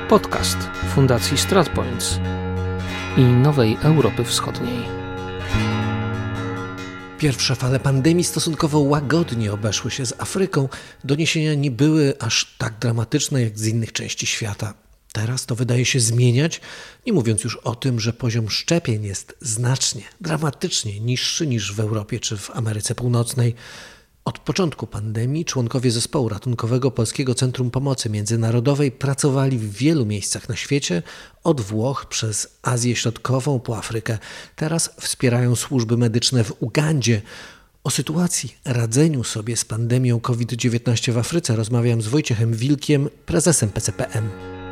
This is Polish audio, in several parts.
Podcast Fundacji StratPoints i Nowej Europy Wschodniej. Pierwsze fale pandemii stosunkowo łagodnie obeszły się z Afryką. Doniesienia nie były aż tak dramatyczne jak z innych części świata. Teraz to wydaje się zmieniać, nie mówiąc już o tym, że poziom szczepień jest znacznie, dramatycznie niższy niż w Europie czy w Ameryce Północnej. Od początku pandemii członkowie zespołu ratunkowego Polskiego Centrum Pomocy Międzynarodowej pracowali w wielu miejscach na świecie, od Włoch przez Azję Środkową po Afrykę. Teraz wspierają służby medyczne w Ugandzie. O sytuacji, radzeniu sobie z pandemią COVID-19 w Afryce rozmawiam z Wojciechem Wilkiem, prezesem PCPM.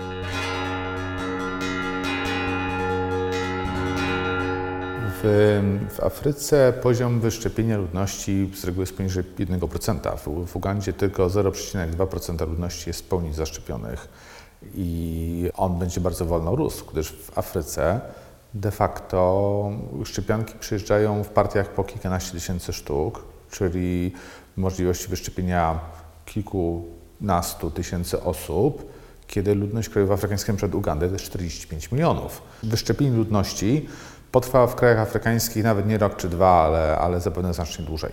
W Afryce poziom wyszczepienia ludności z reguły jest poniżej 1%. W Ugandzie tylko 0,2% ludności jest w pełni zaszczepionych i on będzie bardzo wolno rósł, gdyż w Afryce de facto szczepionki przyjeżdżają w partiach po kilkanaście tysięcy sztuk, czyli możliwości wyszczepienia kilkunastu tysięcy osób, kiedy ludność krajowa afrykańska, przed Ugandy, to jest 45 milionów. Wyszczepienie ludności potrwa w krajach afrykańskich nawet nie rok czy dwa, ale zapewne znacznie dłużej.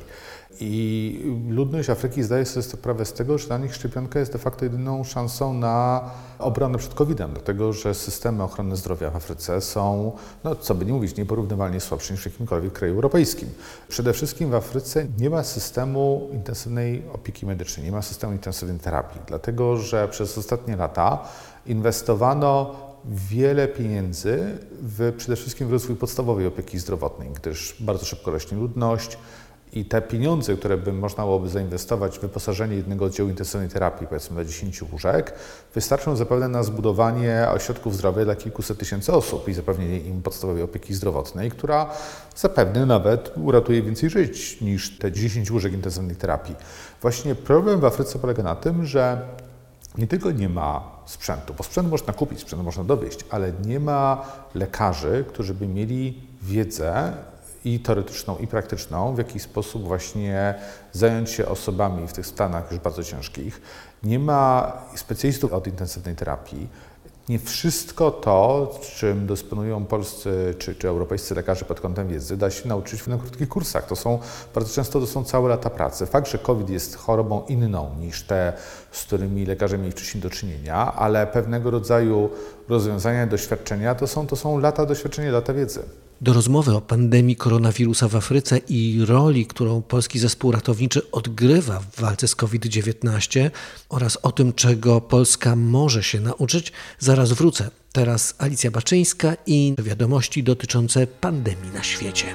I ludność Afryki zdaje sobie sprawę z tego, że dla nich szczepionka jest de facto jedyną szansą na obronę przed COVID-em, dlatego że systemy ochrony zdrowia w Afryce są, co by nie mówić, nieporównywalnie słabsze niż w jakimkolwiek kraju europejskim. Przede wszystkim w Afryce nie ma systemu intensywnej opieki medycznej, nie ma systemu intensywnej terapii, dlatego że przez ostatnie lata inwestowano wiele pieniędzy przede wszystkim w rozwój podstawowej opieki zdrowotnej, gdyż bardzo szybko rośnie ludność i te pieniądze, które można byłoby zainwestować w wyposażenie jednego oddziału intensywnej terapii, powiedzmy dla 10 łóżek, wystarczą zapewne na zbudowanie ośrodków zdrowia dla kilkuset tysięcy osób i zapewnienie im podstawowej opieki zdrowotnej, która zapewne nawet uratuje więcej żyć niż te 10 łóżek intensywnej terapii. Właśnie problem w Afryce polega na tym, że nie tylko nie ma sprzętu, bo sprzęt można kupić, sprzęt można dowieść, ale nie ma lekarzy, którzy by mieli wiedzę i teoretyczną, i praktyczną, w jaki sposób właśnie zająć się osobami w tych stanach już bardzo ciężkich. Nie ma specjalistów od intensywnej terapii. Nie wszystko to, czym dysponują polscy czy europejscy lekarze pod kątem wiedzy, da się nauczyć na krótkich kursach. Bardzo często to są całe lata pracy. Fakt, że COVID jest chorobą inną niż te, z którymi lekarze mieli wcześniej do czynienia, ale pewnego rodzaju rozwiązania, doświadczenia to są lata doświadczenia, lata wiedzy. Do rozmowy o pandemii koronawirusa w Afryce i roli, którą polski zespół ratowniczy odgrywa w walce z COVID-19 oraz o tym, czego Polska może się nauczyć, zaraz wrócę. Teraz Alicja Baczyńska i wiadomości dotyczące pandemii na świecie.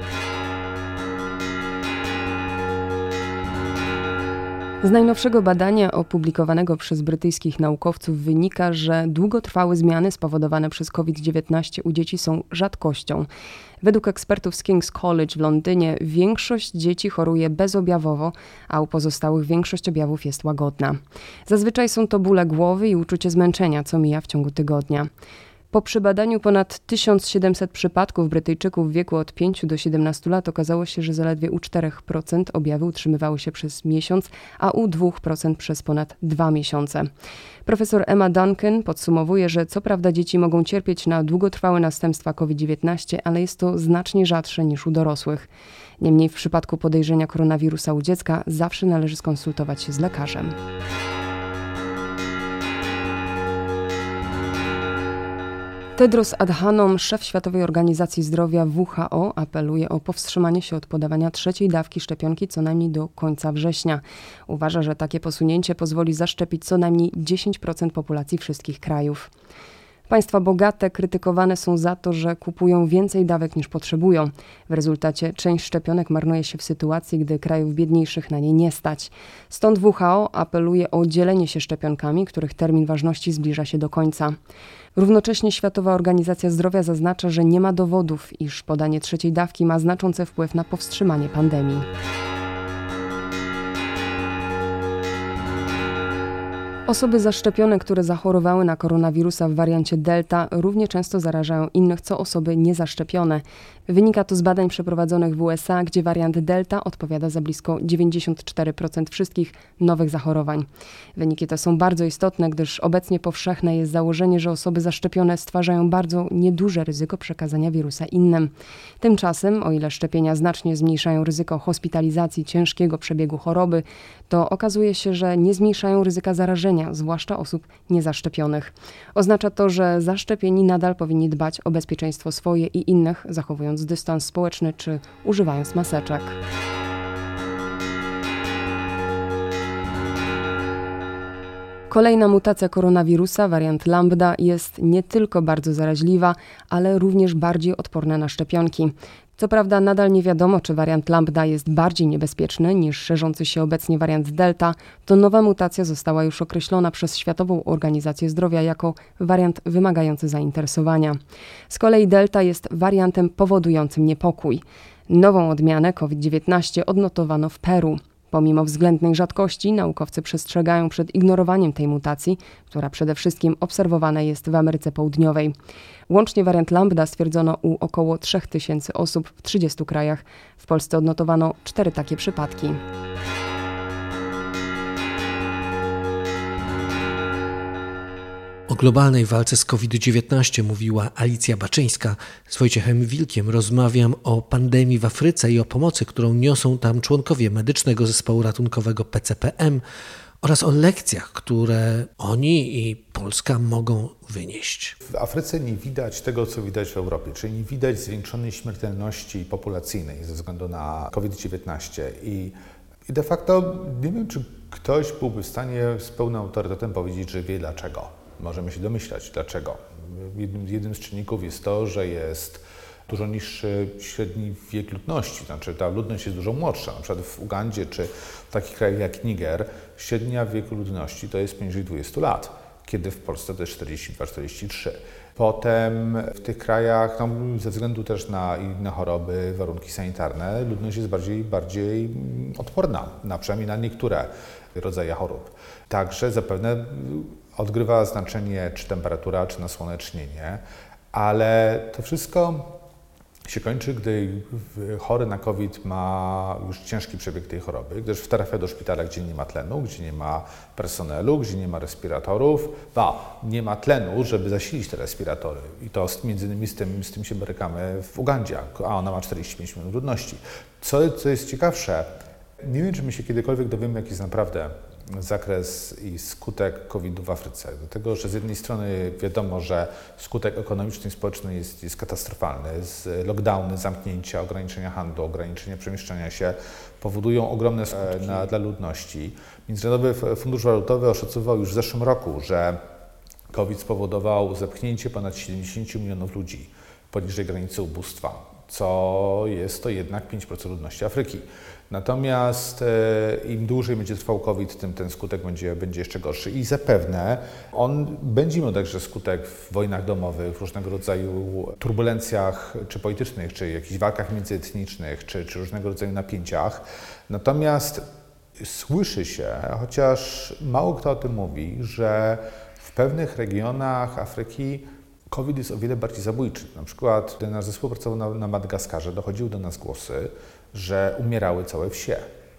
Z najnowszego badania opublikowanego przez brytyjskich naukowców wynika, że długotrwałe zmiany spowodowane przez COVID-19 u dzieci są rzadkością. Według ekspertów z King's College w Londynie większość dzieci choruje bezobjawowo, a u pozostałych większość objawów jest łagodna. Zazwyczaj są to bóle głowy i uczucie zmęczenia, co mija w ciągu tygodnia. Po przebadaniu ponad 1700 przypadków Brytyjczyków w wieku od 5 do 17 lat okazało się, że zaledwie u 4% objawy utrzymywały się przez miesiąc, a u 2% przez ponad 2 miesiące. Profesor Emma Duncan podsumowuje, że co prawda dzieci mogą cierpieć na długotrwałe następstwa COVID-19, ale jest to znacznie rzadsze niż u dorosłych. Niemniej w przypadku podejrzenia koronawirusa u dziecka zawsze należy skonsultować się z lekarzem. Tedros Adhanom, szef Światowej Organizacji Zdrowia WHO, apeluje o powstrzymanie się od podawania trzeciej dawki szczepionki co najmniej do końca września. Uważa, że takie posunięcie pozwoli zaszczepić co najmniej 10% populacji wszystkich krajów. Państwa bogate krytykowane są za to, że kupują więcej dawek niż potrzebują. W rezultacie część szczepionek marnuje się w sytuacji, gdy krajów biedniejszych na nie nie stać. Stąd WHO apeluje o dzielenie się szczepionkami, których termin ważności zbliża się do końca. Równocześnie Światowa Organizacja Zdrowia zaznacza, że nie ma dowodów, iż podanie trzeciej dawki ma znaczący wpływ na powstrzymanie pandemii. Osoby zaszczepione, które zachorowały na koronawirusa w wariancie Delta, równie często zarażają innych, co osoby niezaszczepione. Wynika to z badań przeprowadzonych w USA, gdzie wariant Delta odpowiada za blisko 94% wszystkich nowych zachorowań. Wyniki te są bardzo istotne, gdyż obecnie powszechne jest założenie, że osoby zaszczepione stwarzają bardzo nieduże ryzyko przekazania wirusa innym. Tymczasem, o ile szczepienia znacznie zmniejszają ryzyko hospitalizacji, ciężkiego przebiegu choroby, to okazuje się, że nie zmniejszają ryzyka zarażenia, zwłaszcza osób niezaszczepionych. Oznacza to, że zaszczepieni nadal powinni dbać o bezpieczeństwo swoje i innych, zachowując dystans społeczny czy używając maseczek. Kolejna mutacja koronawirusa, wariant Lambda, jest nie tylko bardzo zaraźliwa, ale również bardziej odporna na szczepionki. Co prawda nadal nie wiadomo, czy wariant Lambda jest bardziej niebezpieczny niż szerzący się obecnie wariant Delta, to nowa mutacja została już określona przez Światową Organizację Zdrowia jako wariant wymagający zainteresowania. Z kolei Delta jest wariantem powodującym niepokój. Nową odmianę COVID-19 odnotowano w Peru. Pomimo względnej rzadkości, naukowcy przestrzegają przed ignorowaniem tej mutacji, która przede wszystkim obserwowana jest w Ameryce Południowej. Łącznie wariant Lambda stwierdzono u około 3000 osób w 30 krajach. W Polsce odnotowano 4 takie przypadki. O globalnej walce z COVID-19 mówiła Alicja Baczyńska. Z Wojciechem Wilkiem rozmawiam o pandemii w Afryce i o pomocy, którą niosą tam członkowie medycznego zespołu ratunkowego PCPM oraz o lekcjach, które oni i Polska mogą wynieść. W Afryce nie widać tego, co widać w Europie, czyli nie widać zwiększonej śmiertelności populacyjnej ze względu na COVID-19 i de facto nie wiem, czy ktoś byłby w stanie z pełnym autorytetem powiedzieć, że wie dlaczego. Możemy się domyślać dlaczego. Jednym z czynników jest to, że jest dużo niższy średni wiek ludności, znaczy ta ludność jest dużo młodsza. Na przykład w Ugandzie czy w takich krajach jak Niger średnia wieku ludności to jest poniżej 20 lat, kiedy w Polsce to jest 42-43. Potem w tych krajach, ze względu też na inne choroby, warunki sanitarne, ludność jest bardziej odporna, przynajmniej na niektóre rodzaje chorób. Także zapewne odgrywa znaczenie czy temperatura, czy nasłonecznienie, ale to wszystko się kończy, gdy chory na COVID ma już ciężki przebieg tej choroby, gdyż trafia do szpitala, gdzie nie ma tlenu, gdzie nie ma personelu, gdzie nie ma respiratorów, nie ma tlenu, żeby zasilić te respiratory. I to między innymi z tym się borykamy w Ugandzie, a ona ma 45 milionów ludności. Co jest ciekawsze, nie wiem, czy my się kiedykolwiek dowiemy, jaki jest naprawdę zakres i skutek COVID-u w Afryce. Dlatego, że z jednej strony wiadomo, że skutek ekonomiczny i społeczny jest katastrofalny. Lockdowny, zamknięcia, ograniczenia handlu, ograniczenia przemieszczania się powodują ogromne skutki dla ludności. Międzynarodowy Fundusz Walutowy oszacował już w zeszłym roku, że COVID spowodował zepchnięcie ponad 70 milionów ludzi poniżej granicy ubóstwa, co jest to jednak 5% ludności Afryki. Natomiast im dłużej będzie trwał COVID, tym ten skutek będzie jeszcze gorszy i zapewne on będzie miał także skutek w wojnach domowych, w różnego rodzaju turbulencjach czy politycznych, czy jakichś walkach międzyetnicznych, czy różnego rodzaju napięciach. Natomiast słyszy się, chociaż mało kto o tym mówi, że w pewnych regionach Afryki COVID jest o wiele bardziej zabójczy. Na przykład, gdy nasz zespół pracował na Madagaskarze, dochodziły do nas głosy, że umierały całe wsie.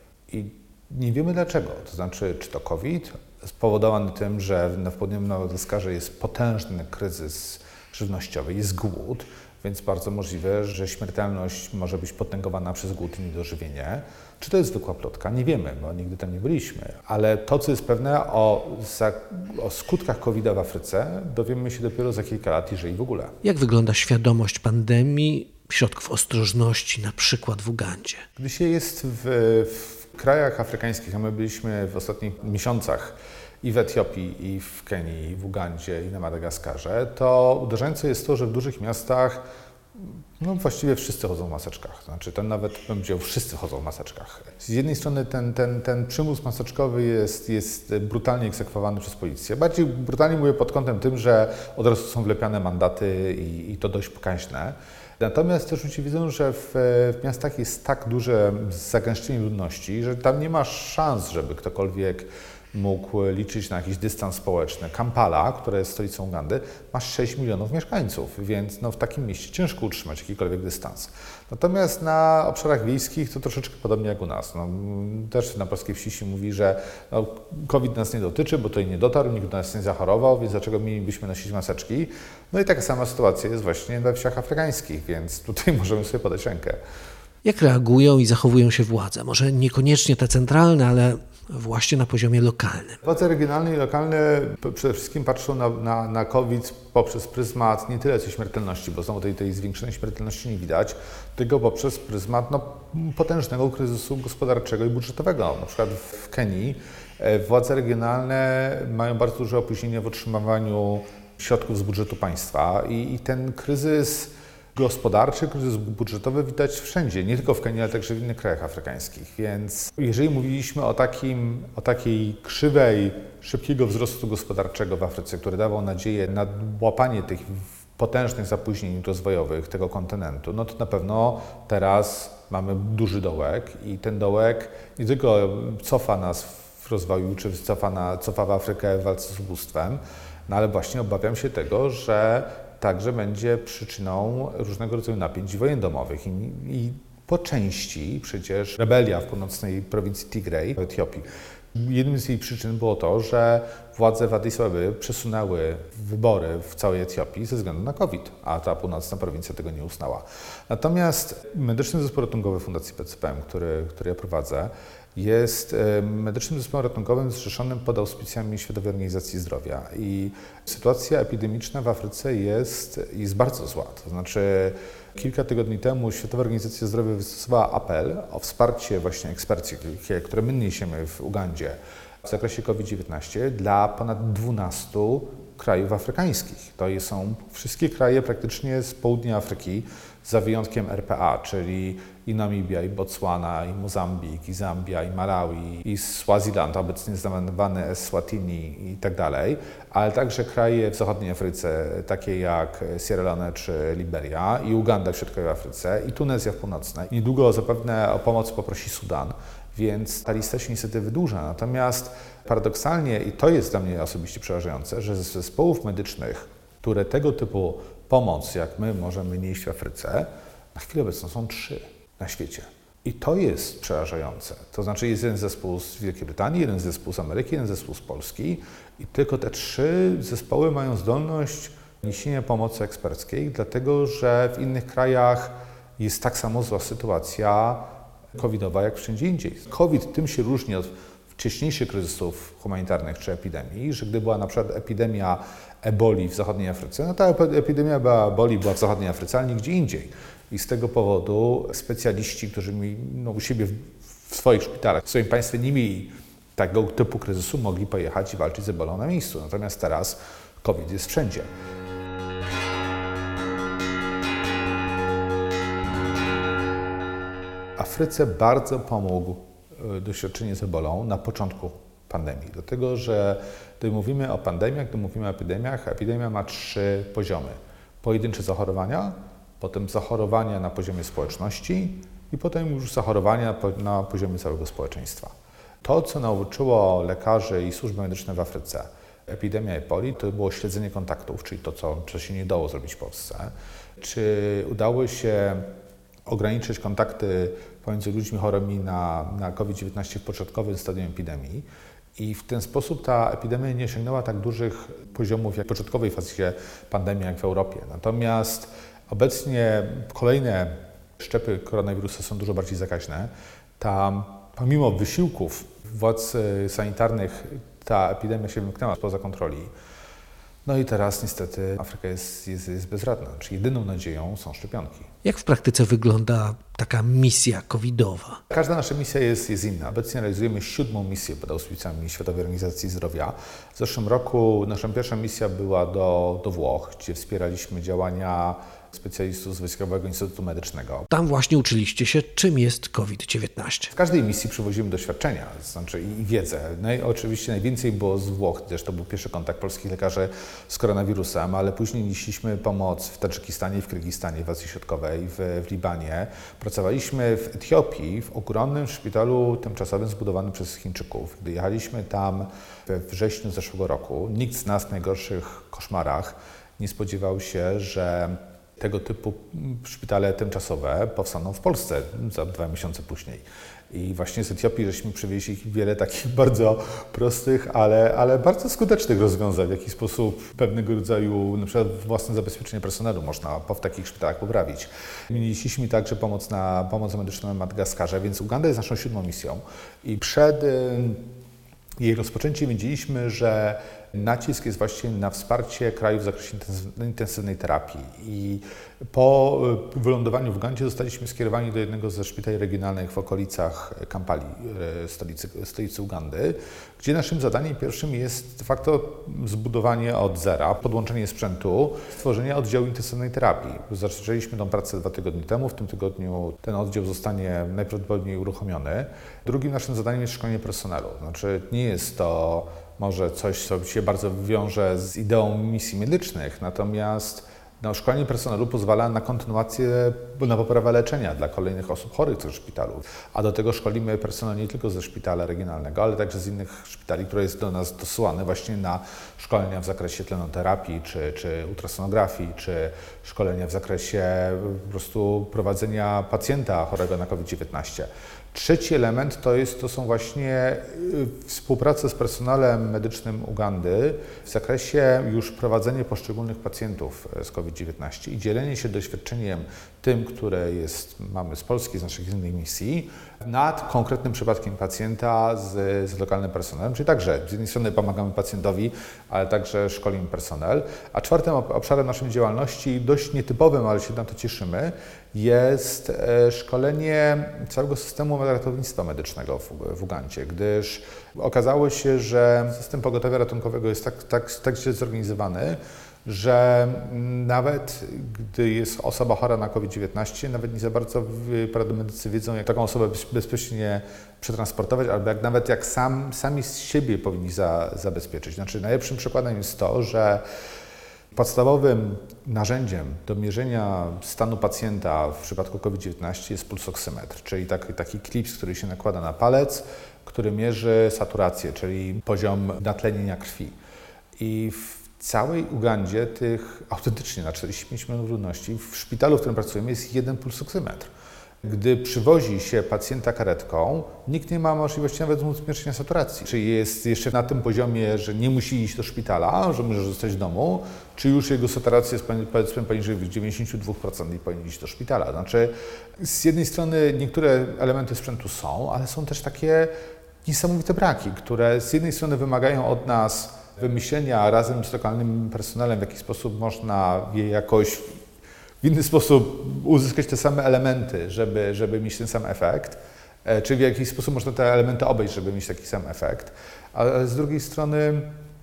I nie wiemy dlaczego. To znaczy, czy to COVID spowodowany tym, że w południowym Madagaskarze jest potężny kryzys żywnościowy, jest głód, więc bardzo możliwe, że śmiertelność może być potęgowana przez głód i niedożywienie. Czy to jest zwykła plotka? Nie wiemy, bo nigdy tam nie byliśmy. Ale to, co jest pewne o skutkach COVID-a w Afryce, dowiemy się dopiero za kilka lat, jeżeli w ogóle. Jak wygląda świadomość pandemii, środków ostrożności, na przykład w Ugandzie? Gdy się jest w krajach afrykańskich, a my byliśmy w ostatnich miesiącach i w Etiopii, i w Kenii, i w Ugandzie, i na Madagaskarze, to uderzające jest to, że w dużych miastach właściwie wszyscy chodzą w maseczkach. Znaczy, tam nawet bym powiedział, wszyscy chodzą w maseczkach. Z jednej strony ten przymus maseczkowy jest brutalnie egzekwowany przez policję. Bardziej brutalnie mówię pod kątem tym, że od razu są wlepiane mandaty i to dość pokaźne. Natomiast też ludzie widzą, że w miastach jest tak duże zagęszczenie ludności, że tam nie ma szans, żeby ktokolwiek mógł liczyć na jakiś dystans społeczny. Kampala, która jest stolicą Ugandy, ma 6 milionów mieszkańców, więc w takim mieście ciężko utrzymać jakikolwiek dystans. Natomiast na obszarach wiejskich to troszeczkę podobnie jak u nas. Też na polskiej wsi się mówi, że COVID nas nie dotyczy, bo tutaj nie dotarł, nikt do nas nie zachorował, więc dlaczego mielibyśmy nosić maseczki? No i taka sama sytuacja jest właśnie we wsiach afrykańskich, więc tutaj możemy sobie podać rękę. Jak reagują i zachowują się władze? Może niekoniecznie te centralne, ale właśnie na poziomie lokalnym. Władze regionalne i lokalne przede wszystkim patrzą na COVID poprzez pryzmat nie tyle co śmiertelności, bo znowu tej zwiększonej śmiertelności nie widać, tylko poprzez pryzmat potężnego kryzysu gospodarczego i budżetowego. Na przykład w Kenii władze regionalne mają bardzo duże opóźnienie w otrzymywaniu środków z budżetu państwa i ten kryzys gospodarczy, kryzys budżetowy widać wszędzie, nie tylko w Kenii, ale także w innych krajach afrykańskich. Więc jeżeli mówiliśmy o takiej krzywej szybkiego wzrostu gospodarczego w Afryce, który dawał nadzieję na łapanie tych potężnych zapóźnień rozwojowych tego kontynentu, no to na pewno teraz mamy duży dołek i ten dołek nie tylko cofa nas w rozwoju, czy cofa w Afrykę w walce z ubóstwem, no ale właśnie obawiam się tego, że także będzie przyczyną różnego rodzaju napięć wojen domowych i po części przecież rebelia w północnej prowincji Tigray w Etiopii. Jednym z jej przyczyn było to, że władze w Addis Abeby przesunęły wybory w całej Etiopii ze względu na COVID, a ta północna prowincja tego nie uznała. Natomiast Medyczny Zespół Ratunkowy Fundacji PCPM, który ja prowadzę, jest medycznym zespołem ratunkowym zrzeszonym pod auspicjami Światowej Organizacji Zdrowia i sytuacja epidemiczna w Afryce jest bardzo zła. To znaczy kilka tygodni temu Światowa Organizacja Zdrowia wystosowała apel o wsparcie właśnie eksperckie, które my niesiemy w Ugandzie w zakresie COVID-19 dla ponad 12 krajów afrykańskich. To są wszystkie kraje praktycznie z południa Afryki, za wyjątkiem RPA, czyli i Namibia, i Botswana, i Mozambik, i Zambia, i Malawi, i Swaziland, obecnie znany Eswatini i tak dalej, ale także kraje w zachodniej Afryce, takie jak Sierra Leone czy Liberia, i Uganda w środkowej Afryce, i Tunezja w północnej. Niedługo zapewne o pomoc poprosi Sudan, więc ta lista się niestety wydłuża. Natomiast paradoksalnie, i to jest dla mnie osobiście przerażające, że z zespołów medycznych, które tego typu pomoc, jak my możemy nieść w Afryce, na chwilę obecną są 3 na świecie. I to jest przerażające. To znaczy jest jeden zespół z Wielkiej Brytanii, jeden zespół z Ameryki, jeden zespół z Polski i tylko te 3 zespoły mają zdolność niesienia pomocy eksperckiej, dlatego że w innych krajach jest tak samo zła sytuacja covidowa jak wszędzie indziej. COVID tym się różni od wcześniejszych kryzysów humanitarnych czy epidemii, że gdy była na przykład epidemia eboli w zachodniej Afryce, no ta epidemia eboli była w zachodniej Afryce, ale nigdzie indziej. I z tego powodu specjaliści, którzy u siebie w swoich szpitalach, w swoim państwie nie mieli tego typu kryzysu, mogli pojechać i walczyć z ebolą na miejscu. Natomiast teraz COVID jest wszędzie. Afryce bardzo pomógł doświadczenie z ebolą na początku pandemii. Dlatego, że gdy mówimy o pandemiach, gdy mówimy o epidemiach, epidemia ma 3 poziomy. Pojedyncze zachorowania, potem zachorowania na poziomie społeczności i potem już zachorowania na poziomie całego społeczeństwa. To, co nauczyło lekarzy i służby medyczne w Afryce, epidemia eboli, to było śledzenie kontaktów, czyli to, co się nie dało zrobić w Polsce. Czy udało się ograniczyć kontakty pomiędzy ludźmi chorymi na COVID-19 w początkowym stadium epidemii i w ten sposób ta epidemia nie osiągnęła tak dużych poziomów jak w początkowej fazie pandemii jak w Europie. Natomiast obecnie kolejne szczepy koronawirusa są dużo bardziej zakaźne. Pomimo wysiłków władz sanitarnych ta epidemia się wymknęła spoza kontroli. No i teraz niestety Afryka jest bezradna, czyli jedyną nadzieją są szczepionki. Jak w praktyce wygląda taka misja covidowa? Każda nasza misja jest inna. Obecnie realizujemy 7. misję pod auspicjami Światowej Organizacji Zdrowia. W zeszłym roku nasza pierwsza misja była do Włoch, gdzie wspieraliśmy działania specjalistów z Wojskowego Instytutu Medycznego. Tam właśnie uczyliście się, czym jest COVID-19. W każdej misji przywozimy doświadczenia, znaczy i wiedzę. No i oczywiście najwięcej było z Włoch, gdyż to był pierwszy kontakt polskich lekarzy z koronawirusem, ale później nieśliśmy pomoc w Tadżykistanie, w Kirgistanie, w Azji Środkowej, w Libanie. Pracowaliśmy w Etiopii, w ogromnym szpitalu tymczasowym zbudowanym przez Chińczyków. Gdy jechaliśmy tam we wrześniu zeszłego roku, nikt z nas w najgorszych koszmarach nie spodziewał się, że tego typu szpitale tymczasowe powstaną w Polsce za 2 miesiące później. I właśnie z Etiopii żeśmy przywieźli wiele takich bardzo prostych, ale bardzo skutecznych rozwiązań, w jaki sposób pewnego rodzaju, na przykład własne zabezpieczenie personelu można w takich szpitalach poprawić. Mieliśmy także pomoc medyczną na Madagaskarze, więc Uganda jest naszą 7. misją. I przed jej rozpoczęciem wiedzieliśmy, że nacisk jest właśnie na wsparcie krajów w zakresie intensywnej terapii. I po wylądowaniu w Ugandzie zostaliśmy skierowani do jednego ze szpitali regionalnych w okolicach Kampali, stolicy Ugandy, gdzie naszym zadaniem pierwszym jest de facto zbudowanie od zera, podłączenie sprzętu, stworzenie oddziału intensywnej terapii. Zaczęliśmy tę pracę 2 tygodnie temu, w tym tygodniu ten oddział zostanie najprawdopodobniej uruchomiony. Drugim naszym zadaniem jest szkolenie personelu. Znaczy nie jest to może coś, co się bardzo wiąże z ideą misji medycznych, natomiast szkolenie personelu pozwala na kontynuację, na poprawę leczenia dla kolejnych osób chorych w szpitalu. A do tego szkolimy personel nie tylko ze szpitala regionalnego, ale także z innych szpitali, które jest do nas dosyłane właśnie na szkolenia w zakresie tlenoterapii, czy ultrasonografii, czy szkolenia w zakresie po prostu prowadzenia pacjenta chorego na COVID-19. Trzeci element to są właśnie współpraca z personelem medycznym Ugandy w zakresie już prowadzenia poszczególnych pacjentów z COVID-19 i dzielenie się doświadczeniem tym, które mamy z Polski, z naszych innych misji, nad konkretnym przypadkiem pacjenta z lokalnym personelem, czyli także z jednej strony pomagamy pacjentowi, ale także szkolimy personel. A czwartym obszarem naszej działalności, dość nietypowym, ale się na to cieszymy, jest szkolenie całego systemu ratownictwa medycznego w Ugandzie, gdyż okazało się, że system pogotowia ratunkowego jest tak źle zorganizowany, że nawet gdy jest osoba chora na COVID-19, nawet nie za bardzo paramedycy wiedzą, jak taką osobę bezpiecznie przetransportować, albo jak sami z siebie powinni zabezpieczyć. Znaczy najlepszym przykładem jest to, że podstawowym narzędziem do mierzenia stanu pacjenta w przypadku COVID-19 jest pulsoksymetr, czyli taki klips, który się nakłada na palec, który mierzy saturację, czyli poziom natlenienia krwi. I w całej Ugandzie autentycznie na 45 milionów ludności w szpitalu, w którym pracujemy, jest 1 pulsoksymetr. Gdy przywozi się pacjenta karetką, nikt nie ma możliwości nawet zmierzenia saturacji. Czy jest jeszcze na tym poziomie, że nie musi iść do szpitala, że może zostać w domu, czy już jego saturacja jest powiedzmy poniżej 92% i powinien iść do szpitala. Znaczy, z jednej strony niektóre elementy sprzętu są, ale są też takie niesamowite braki, które z jednej strony wymagają od nas wymyślenia razem z lokalnym personelem, w jaki sposób można je jakoś w inny sposób uzyskać te same elementy, żeby mieć ten sam efekt, czy w jakiś sposób można te elementy obejść, żeby mieć taki sam efekt, ale z drugiej strony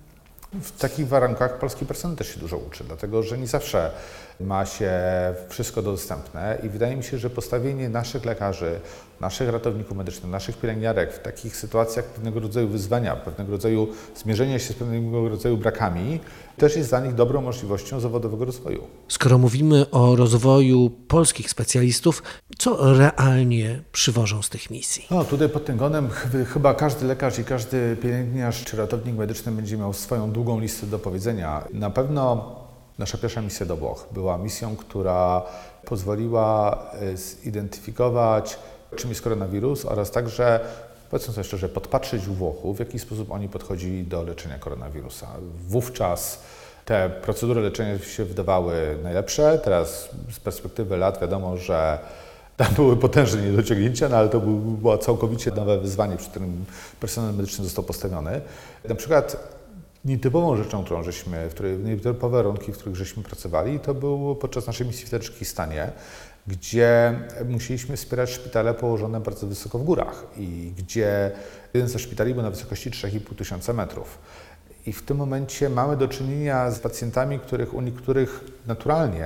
w takich warunkach polski personel też się dużo uczy, dlatego że nie zawsze ma się wszystko dostępne i wydaje mi się, że postawienie naszych lekarzy, naszych ratowników medycznych, naszych pielęgniarek w takich sytuacjach pewnego rodzaju wyzwania, pewnego rodzaju zmierzenia się z pewnego rodzaju brakami też jest dla nich dobrą możliwością zawodowego rozwoju. Skoro mówimy o rozwoju polskich specjalistów, co realnie przywożą z tych misji? No, tutaj pod tym kątem chyba każdy lekarz i każdy pielęgniarz czy ratownik medyczny będzie miał swoją długą listę do powiedzenia. Na pewno nasza pierwsza misja do Włoch była misją, która pozwoliła zidentyfikować, czym jest koronawirus oraz także, powiedzmy sobie szczerze, podpatrzeć u Włochów, w jaki sposób oni podchodzili do leczenia koronawirusa. Wówczas te procedury leczenia się wydawały najlepsze. Teraz z perspektywy lat wiadomo, że tam były potężne niedociągnięcia, no ale to było całkowicie nowe wyzwanie, przed którym personel medyczny został postawiony. Na przykład nietypową rzeczą, nietypowe warunki, w których żeśmy pracowali, to było podczas naszej misji w Tadżykistanie, gdzie musieliśmy wspierać szpitale położone bardzo wysoko w górach i gdzie jeden ze szpitali był na wysokości 3500 metrów. I w tym momencie mamy do czynienia z pacjentami, u niektórych naturalnie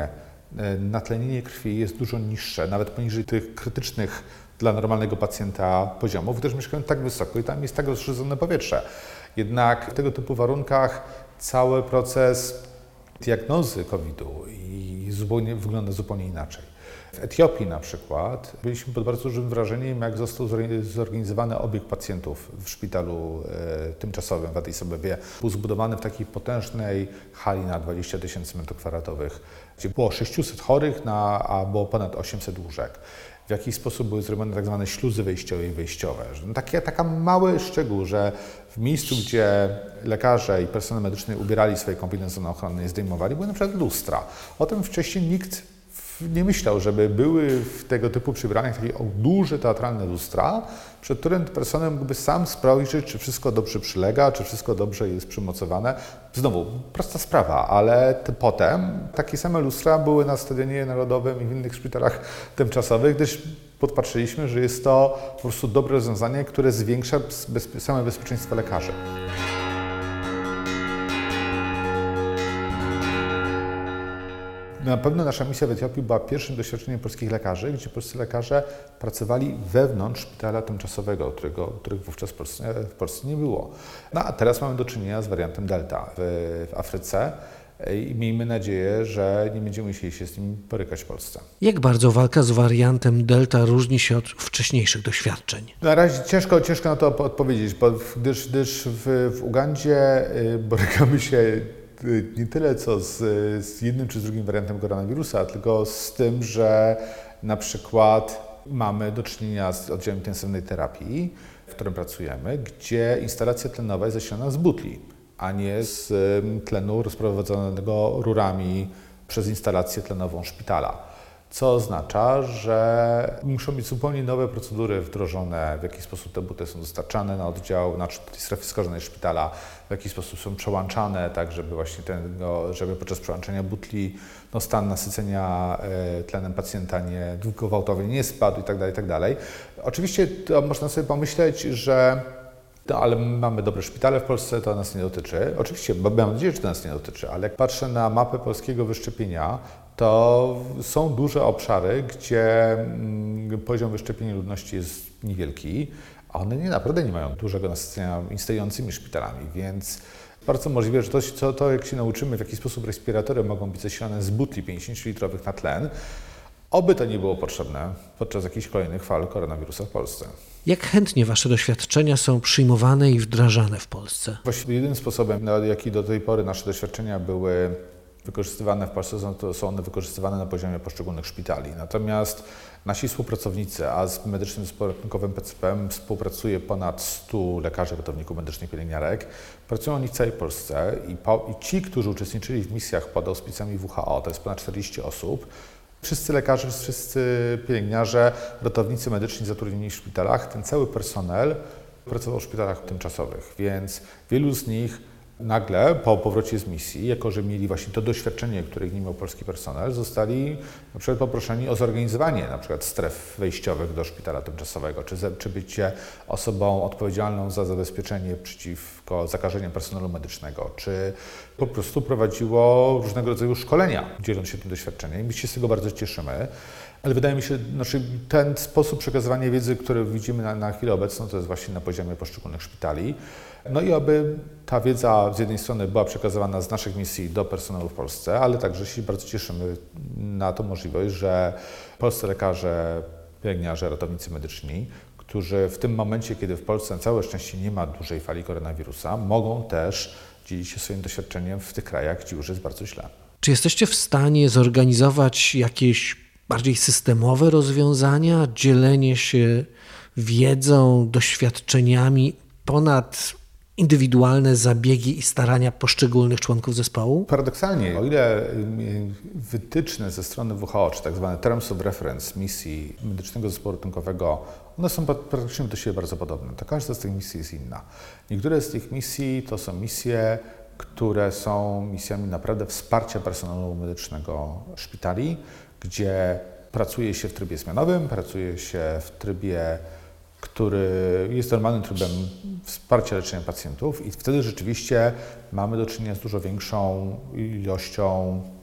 natlenienie krwi jest dużo niższe, nawet poniżej tych krytycznych dla normalnego pacjenta poziomów, gdyż mieszkają tak wysoko i tam jest tak rozszerzone powietrze. Jednak w tego typu warunkach cały proces diagnozy COVID-u wygląda zupełnie inaczej. W Etiopii na przykład byliśmy pod bardzo dużym wrażeniem, jak został zorganizowany obieg pacjentów w szpitalu tymczasowym w Addis Abebie. Był zbudowany w takiej potężnej hali na 20 000 m2, gdzie było 600 chorych, a było ponad 800 łóżek. W jaki sposób były zrobione tak zwane śluzy wejściowe i wejściowe. Taki mały szczegół, że w miejscu, gdzie lekarze i personel medyczny ubierali swoje kombinezony ochronne i zdejmowali, były na przykład lustra. O tym wcześniej nikt nie myślał, żeby były w tego typu przybranych takie duże teatralne lustra, przed którym personel mógłby sam sprawdzić, czy wszystko dobrze przylega, czy wszystko dobrze jest przymocowane. Znowu, prosta sprawa, ale potem takie same lustra były na Stadionie Narodowym i w innych szpitalach tymczasowych, gdyż podpatrzyliśmy, że jest to po prostu dobre rozwiązanie, które zwiększa same bezpieczeństwo lekarzy. Na pewno nasza misja w Etiopii była pierwszym doświadczeniem polskich lekarzy, gdzie polscy lekarze pracowali wewnątrz szpitala tymczasowego, których wówczas w Polsce nie było. No a teraz mamy do czynienia z wariantem Delta w Afryce i miejmy nadzieję, że nie będziemy musieli się z nim borykać w Polsce. Jak bardzo walka z wariantem Delta różni się od wcześniejszych doświadczeń? Na razie ciężko na to odpowiedzieć, gdyż w Ugandzie borykamy się nie tyle co z jednym czy z drugim wariantem koronawirusa, tylko z tym, że na przykład mamy do czynienia z oddziałem intensywnej terapii, w którym pracujemy, gdzie instalacja tlenowa jest zasilana z butli, a nie z tlenu rozprowadzonego rurami przez instalację tlenową szpitala. Co oznacza, że muszą być zupełnie nowe procedury wdrożone, w jaki sposób te butle są dostarczane na oddział, na strefy skażonej szpitala, w jaki sposób są przełączane, tak żeby właśnie żeby podczas przełączania butli stan nasycenia tlenem pacjenta gwałtownie nie spadł itd. Oczywiście to można sobie pomyśleć, że ale mamy dobre szpitale w Polsce, to nas nie dotyczy. Oczywiście, bo mam nadzieję, że to nas nie dotyczy, ale jak patrzę na mapę polskiego wyszczepienia, to są duże obszary, gdzie poziom wyszczepienia ludności jest niewielki, a one naprawdę nie mają dużego nasycenia istniejącymi szpitalami, więc bardzo możliwe, że to jak się nauczymy, w jaki sposób respiratory mogą być zasilane z butli 50-litrowych na tlen, oby to nie było potrzebne podczas jakichś kolejnych fal koronawirusa w Polsce. Jak chętnie Wasze doświadczenia są przyjmowane i wdrażane w Polsce? Właściwie jedynym sposobem, jaki do tej pory nasze doświadczenia były wykorzystywane w Polsce, są one wykorzystywane na poziomie poszczególnych szpitali. Natomiast nasi współpracownicy, a z Medycznym Zespołem Ratunkowym PCPM współpracuje ponad 100 lekarzy, ratowników medycznych, pielęgniarek. Pracują oni w całej Polsce i ci, którzy uczestniczyli w misjach pod auspicjami WHO, to jest ponad 40 osób, wszyscy lekarze, wszyscy pielęgniarze, ratownicy medyczni zatrudnieni w szpitalach, ten cały personel pracował w szpitalach tymczasowych, więc wielu z nich nagle po powrocie z misji, jako że mieli właśnie to doświadczenie, których nie miał polski personel, zostali na przykład poproszeni o zorganizowanie na przykład stref wejściowych do szpitala tymczasowego, czy bycie osobą odpowiedzialną za zabezpieczenie przeciwko zakażeniom personelu medycznego, czy po prostu prowadziło różnego rodzaju szkolenia, dzieląc się tym doświadczeniem. My się z tego bardzo cieszymy. Ale wydaje mi się, ten sposób przekazywania wiedzy, który widzimy na chwilę obecną, to jest właśnie na poziomie poszczególnych szpitali. No i aby ta wiedza z jednej strony była przekazywana z naszych misji do personelu w Polsce, ale także się bardzo cieszymy na tą możliwość, że polscy lekarze, pielęgniarze, ratownicy medyczni, którzy w tym momencie, kiedy w Polsce na całe szczęście nie ma dużej fali koronawirusa, mogą też dzielić się swoim doświadczeniem w tych krajach, gdzie już jest bardzo źle. Czy jesteście w stanie zorganizować jakieś bardziej systemowe rozwiązania, dzielenie się wiedzą, doświadczeniami ponad indywidualne zabiegi i starania poszczególnych członków zespołu? Paradoksalnie, o ile wytyczne ze strony WHO, czy tak zwane Terms of Reference misji Medycznego Zespołu Ratunkowego, one są praktycznie do siebie bardzo podobne, to każda z tych misji jest inna. Niektóre z tych misji to są misje, które są misjami naprawdę wsparcia personelu medycznego szpitali, gdzie pracuje się w trybie zmianowym, pracuje się w trybie, który jest normalnym trybem wsparcia leczenia pacjentów i wtedy rzeczywiście mamy do czynienia z dużo większą ilością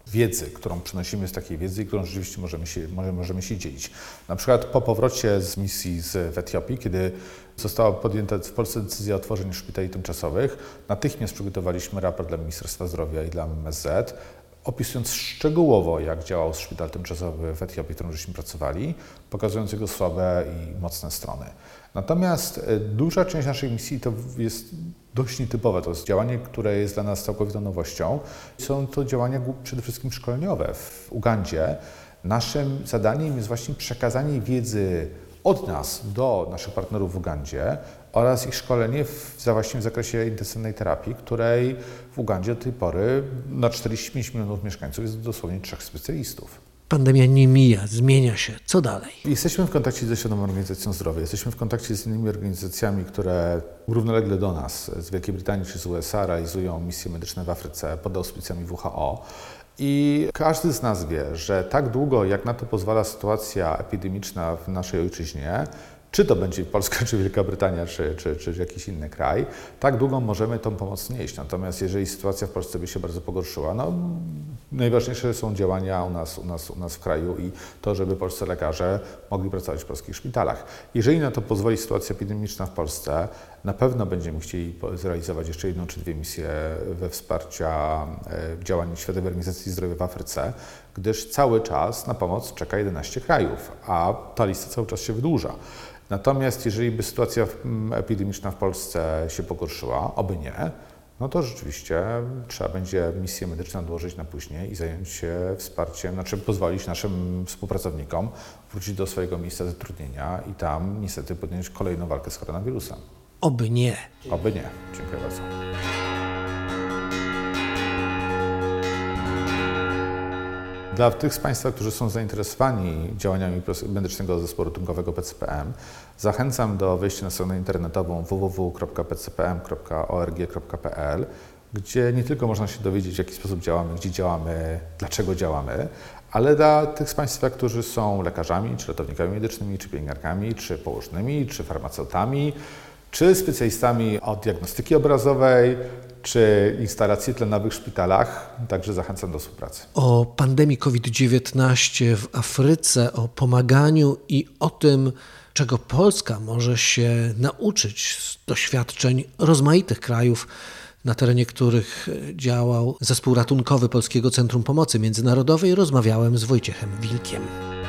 wiedzy, którą przynosimy z takiej wiedzy i którą rzeczywiście możemy się dzielić. Na przykład po powrocie z misji w Etiopii, kiedy została podjęta w Polsce decyzja o tworzeniu szpitali tymczasowych, natychmiast przygotowaliśmy raport dla Ministerstwa Zdrowia i dla MSZ, opisując szczegółowo, jak działał szpital tymczasowy w Etiopii, w którym żeśmy pracowali, pokazując jego słabe i mocne strony. Natomiast duża część naszej misji to jest dość nietypowe. To jest działanie, które jest dla nas całkowitą nowością. Są to działania przede wszystkim szkoleniowe w Ugandzie. Naszym zadaniem jest właśnie przekazanie wiedzy od nas do naszych partnerów w Ugandzie oraz ich szkolenie właśnie w zakresie intensywnej terapii, której w Ugandzie do tej pory na 45 milionów mieszkańców jest dosłownie 3 specjalistów. Pandemia nie mija, zmienia się. Co dalej? Jesteśmy w kontakcie ze Światową Organizacją Zdrowia, jesteśmy w kontakcie z innymi organizacjami, które równolegle do nas z Wielkiej Brytanii czy z USA realizują misje medyczne w Afryce pod auspicjami WHO. I każdy z nas wie, że tak długo, jak na to pozwala sytuacja epidemiczna w naszej ojczyźnie, czy to będzie Polska, czy Wielka Brytania, czy jakiś inny kraj, tak długo możemy tą pomoc nieść. Natomiast jeżeli sytuacja w Polsce by się bardzo pogorszyła, najważniejsze są działania u nas w kraju i to, żeby polscy lekarze mogli pracować w polskich szpitalach. Jeżeli na to pozwoli sytuacja epidemiczna w Polsce, na pewno będziemy chcieli zrealizować jeszcze 1 czy 2 misje we wsparcia działań Światowej Organizacji Zdrowia w Afryce, gdyż cały czas na pomoc czeka 11 krajów, a ta lista cały czas się wydłuża. Natomiast jeżeli by sytuacja epidemiczna w Polsce się pogorszyła, oby nie, no to rzeczywiście trzeba będzie misję medyczną odłożyć na później i zająć się wsparciem, pozwolić naszym współpracownikom wrócić do swojego miejsca zatrudnienia i tam niestety podjąć kolejną walkę z koronawirusem. Oby nie. Oby nie. Dziękuję bardzo. Dla tych z Państwa, którzy są zainteresowani działaniami medycznego zespołu ratunkowego PCPM, zachęcam do wejścia na stronę internetową www.pcpm.org.pl, gdzie nie tylko można się dowiedzieć, w jaki sposób działamy, gdzie działamy, dlaczego działamy, ale dla tych z Państwa, którzy są lekarzami, czy ratownikami medycznymi, czy pielęgniarkami, czy położnymi, czy farmaceutami, czy specjalistami od diagnostyki obrazowej, czy instalacji tlenowych w szpitalach, także zachęcam do współpracy. O pandemii COVID-19 w Afryce, o pomaganiu i o tym, czego Polska może się nauczyć z doświadczeń rozmaitych krajów, na terenie których działał zespół ratunkowy Polskiego Centrum Pomocy Międzynarodowej, rozmawiałem z Wojciechem Wilkiem.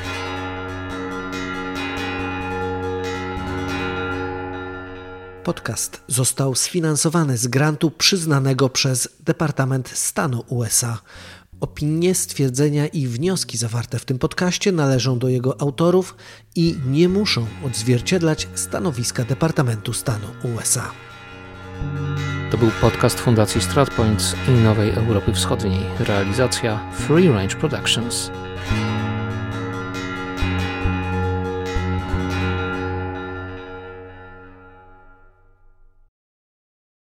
Podcast został sfinansowany z grantu przyznanego przez Departament Stanu USA. Opinie, stwierdzenia i wnioski zawarte w tym podcaście należą do jego autorów i nie muszą odzwierciedlać stanowiska Departamentu Stanu USA. To był podcast Fundacji StratPoints i Nowej Europy Wschodniej. Realizacja Free Range Productions.